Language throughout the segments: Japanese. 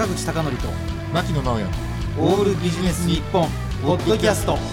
坂口孝則と牧野直哉オールビジネス日本ポッドキャスト。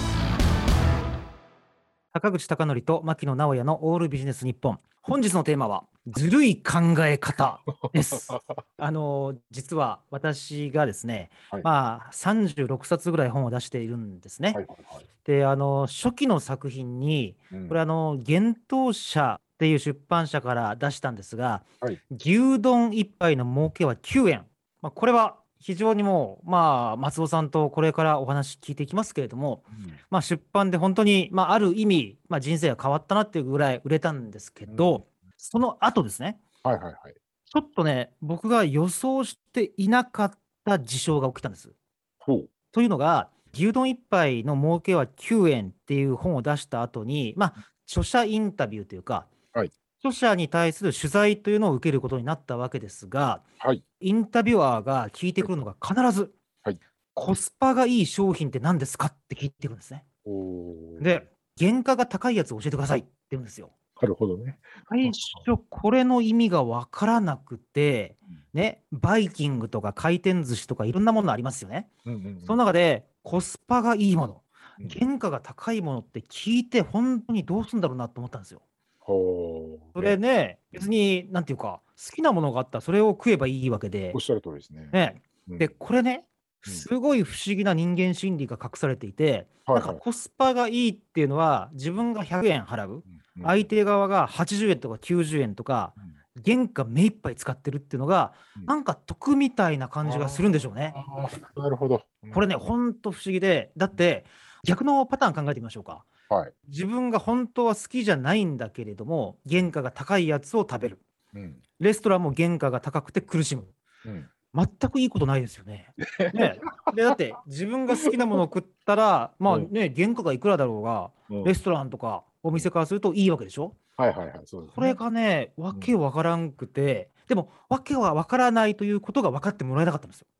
坂口孝則と牧野直哉のオールビジネス日本。本日のテーマはずるい考え方です実は私がですね、36冊ぐらい本を出しているんですね。で初期の作品に、これ幻冬舎っていう出版社から出したんですが、牛丼一杯の儲けは9円、これは非常にもう、松尾さんとこれからお話聞いていきますけれども、出版で本当に、ある意味、人生が変わったなっていうぐらい売れたんですけど、その後ですね、ちょっとね、僕が予想していなかった事象が起きたんです。というのが、牛丼一杯の儲けは9円っていう本を出した後に、著者インタビューというか、著者に対する取材というのを受けることになったわけですが、インタビュアーが聞いてくるのが必ず、コスパがいい商品って何ですかって聞いてくるんですね。で、原価が高いやつを教えてくださいって言うんですよ。 なるほどね。 最初これの意味が分からなくて、バイキングとか回転寿司とかいろんなものありますよね。その中でコスパがいいもの、原価が高いものって聞いて本当にどうするんだろうなと思ったんですよ。それね、別になんていうか好きなものがあったらそれを食えばいいわけで、 おっしゃる通りですね。 でこれね、すごい不思議な人間心理が隠されていて、なんかコスパがいいっていうのは自分が100円払う、相手側が80円とか90円とか、原価目いっぱい使ってるっていうのが、なんか得みたいな感じがするんでしょうね。 なるほど。 これね、ほんと不思議で、だって逆のパターン考えてみましょうか。自分が本当は好きじゃないんだけれども、原価が高いやつを食べる。レストランも原価が高くて苦しむ。全くいいことないですよね。でだって自分が好きなものを食ったら、原価がいくらだろうが、レストランとかお店からするといいわけでしょ。これがね、わけわからんくて、でもわけはわからないということが分かってもらえなかったんですよ。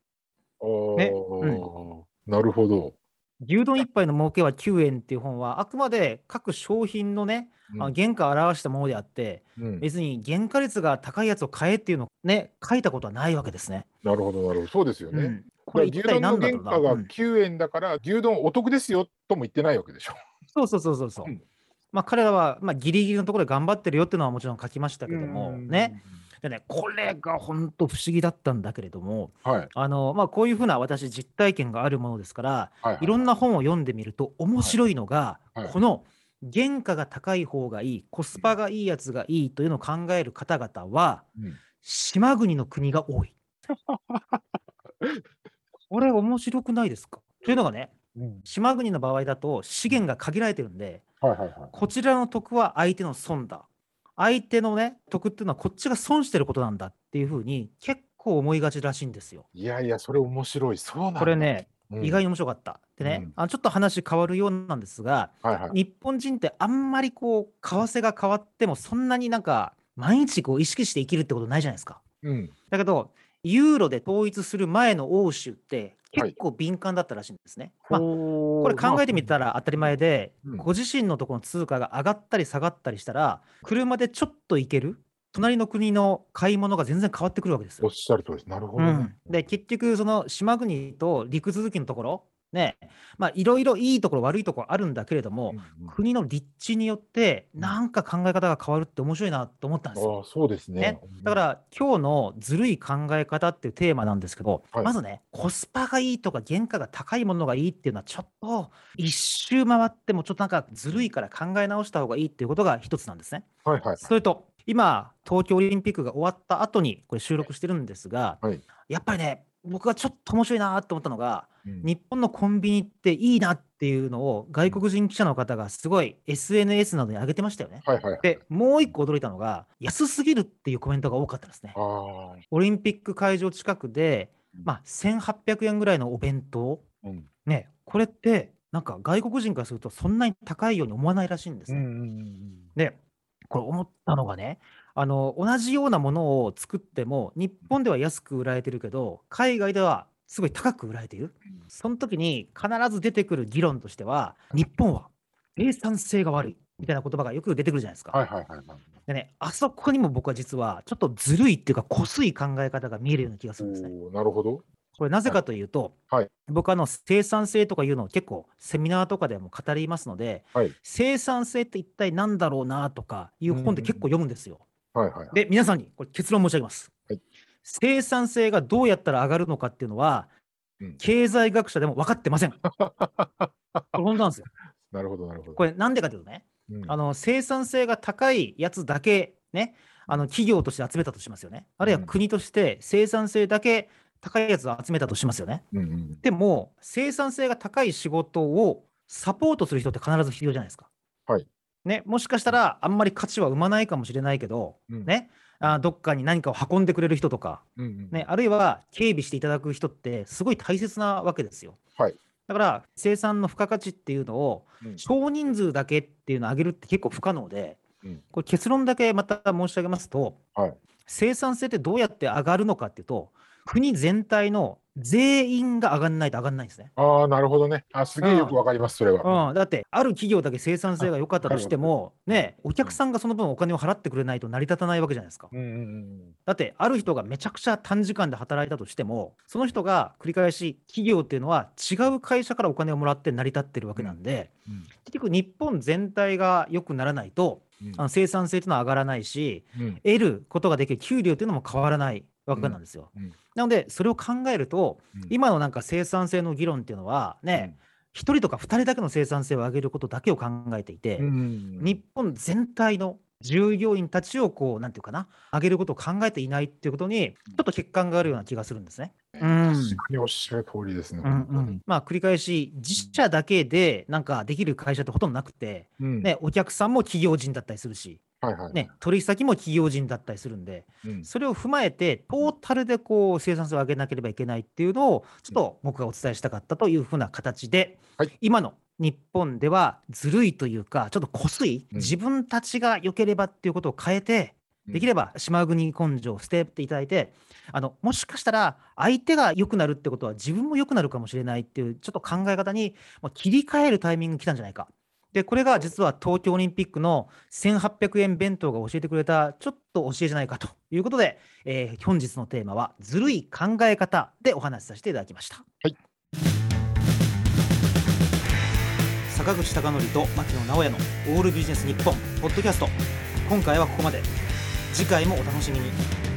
なるほど。 牛丼一杯の儲けは9円っていう本はあくまで各商品のね、原価を表したものであって、別に原価率が高いやつを買えっていうのをね、書いたことはないわけですね。 なるほどなるほど、そうですよね。 これ一体何だろうな。 牛丼の原価が9円だから牛丼お得ですよとも言ってないわけでしょ。 そう。彼らはギリギリのところで頑張ってるよっていうのはもちろん書きましたけどもね。でね、これが本当不思議だったんだけれども、こういうふうな私実体験があるものですから、いろんな本を読んでみると面白いのが、この原価が高い方がいい、コスパがいいやつがいいというのを考える方々は、島国の国が多い。これ面白くないですか？というのがね、島国の場合だと資源が限られてるんで、こちらの得は相手の損だ。相手のね、得っていうのはこっちが損してることなんだっていうふうに結構思いがちらしいんですよ。 いやいや、それ面白い。そうなんだ。 これね、意外に面白かった。でね、ちょっと話変わるようなんですが、日本人ってあんまりこう、為替が変わってもそんなになんか、毎日こう意識して生きるってことないじゃないですか。だけど、ユーロで統一する前の欧州って結構敏感だったらしいんですね。これ考えてみたら当たり前で、ご自身のところの通貨が上がったり下がったりしたら、車でちょっと行ける隣の国の買い物が全然変わってくるわけですよ。 おっしゃる通りです。なるほどね。 で結局その島国と陸続きのところね、いろいろいいところ悪いところあるんだけれども、国の立地によってなんか考え方が変わるって面白いなと思ったんですよ。 そうですね。 だから今日のずるい考え方っていうテーマなんですけど、まずね、コスパがいいとか原価が高いものがいいっていうのはちょっと一周回ってもちょっとなんかずるいから考え直した方がいいっていうことが一つなんですね。それと今東京オリンピックが終わった後にこれ収録してるんですが、やっぱりね、僕がちょっと面白いなと思ったのが、日本のコンビニっていいなっていうのを外国人記者の方がすごい SNS などに上げてましたよね。で、もう一個驚いたのが、安すぎるっていうコメントが多かったですね。オリンピック会場近くで、1800円ぐらいのお弁当、これってなんか外国人からするとそんなに高いように思わないらしいんですね。で、これ思ったのがね、同じようなものを作っても日本では安く売られてるけど海外ではすごい高く売られている。その時に必ず出てくる議論としては、日本は生産性が悪いみたいな言葉がよく出てくるじゃないですか。でね、あそこにも僕は実はちょっとずるいっていうか、こすい考え方が見えるような気がするんですね。 なるほど。 これなぜかというと、僕生産性とかいうのを結構セミナーとかでも語りますので、生産性って一体何だろうなとかいう本って結構読むんですよ。で、皆さんにこれ結論申し上げます。生産性がどうやったら上がるのかっていうのは、経済学者でも分かってません。これ本当なんですよ。 なるほどなるほど。 これなんでかというとね、生産性が高いやつだけね、企業として集めたとしますよね。あるいは国として生産性だけ高いやつを集めたとしますよね。でも生産性が高い仕事をサポートする人って必ず必要じゃないですか。ね、もしかしたらあんまり価値は生まないかもしれないけど、ね、どっかに何かを運んでくれる人とか、ね、あるいは警備していただく人ってすごい大切なわけですよ。だから生産の付加価値っていうのを少人数だけっていうのを上げるって結構不可能で、これ結論だけまた申し上げますと、生産性ってどうやって上がるのかっていうと、国全体の全員が上がらないと上がらないんですね。 なるほどね。すげえよくわかります、それは。 だってある企業だけ生産性が良かったとしてもね、お客さんがその分お金を払ってくれないと成り立たないわけじゃないですか。だってある人がめちゃくちゃ短時間で働いたとしても、その人が繰り返し企業っていうのは違う会社からお金をもらって成り立ってるわけなんで、結局日本全体が良くならないと、生産性っていうのは上がらないし、得ることができる給料っていうのも変わらないわけなんですよ。なのでそれを考えると、今のなんか生産性の議論っていうのはね、1人とか2人だけの生産性を上げることだけを考えていて、日本全体の従業員たちをこうなんていうかな、上げることを考えていないっていうことにちょっと欠陥があるような気がするんですね。 確かにおっしゃる通りですね。 まあ繰り返し自社だけでなんかできる会社ってほとんどなくて、ね、お客さんも企業人だったりするし、ね、取引先も企業人だったりするんで、それを踏まえてトータルでこう生産性を上げなければいけないっていうのをちょっと僕がお伝えしたかったというふうな形で、今の日本ではずるいというかちょっとこすい、自分たちが良ければっていうことを変えて、できれば島国根性を捨てていただいて、もしかしたら相手が良くなるってことは自分も良くなるかもしれないっていうちょっと考え方に切り替えるタイミングが来たんじゃないか。でこれが実は東京オリンピックの1800円弁当が教えてくれたちょっと教えじゃないかということで、本日のテーマはずるい考え方でお話しさせていただきました。坂口孝則と牧野直哉のオールビジネス日本ポッドキャスト、今回はここまで。次回もお楽しみに。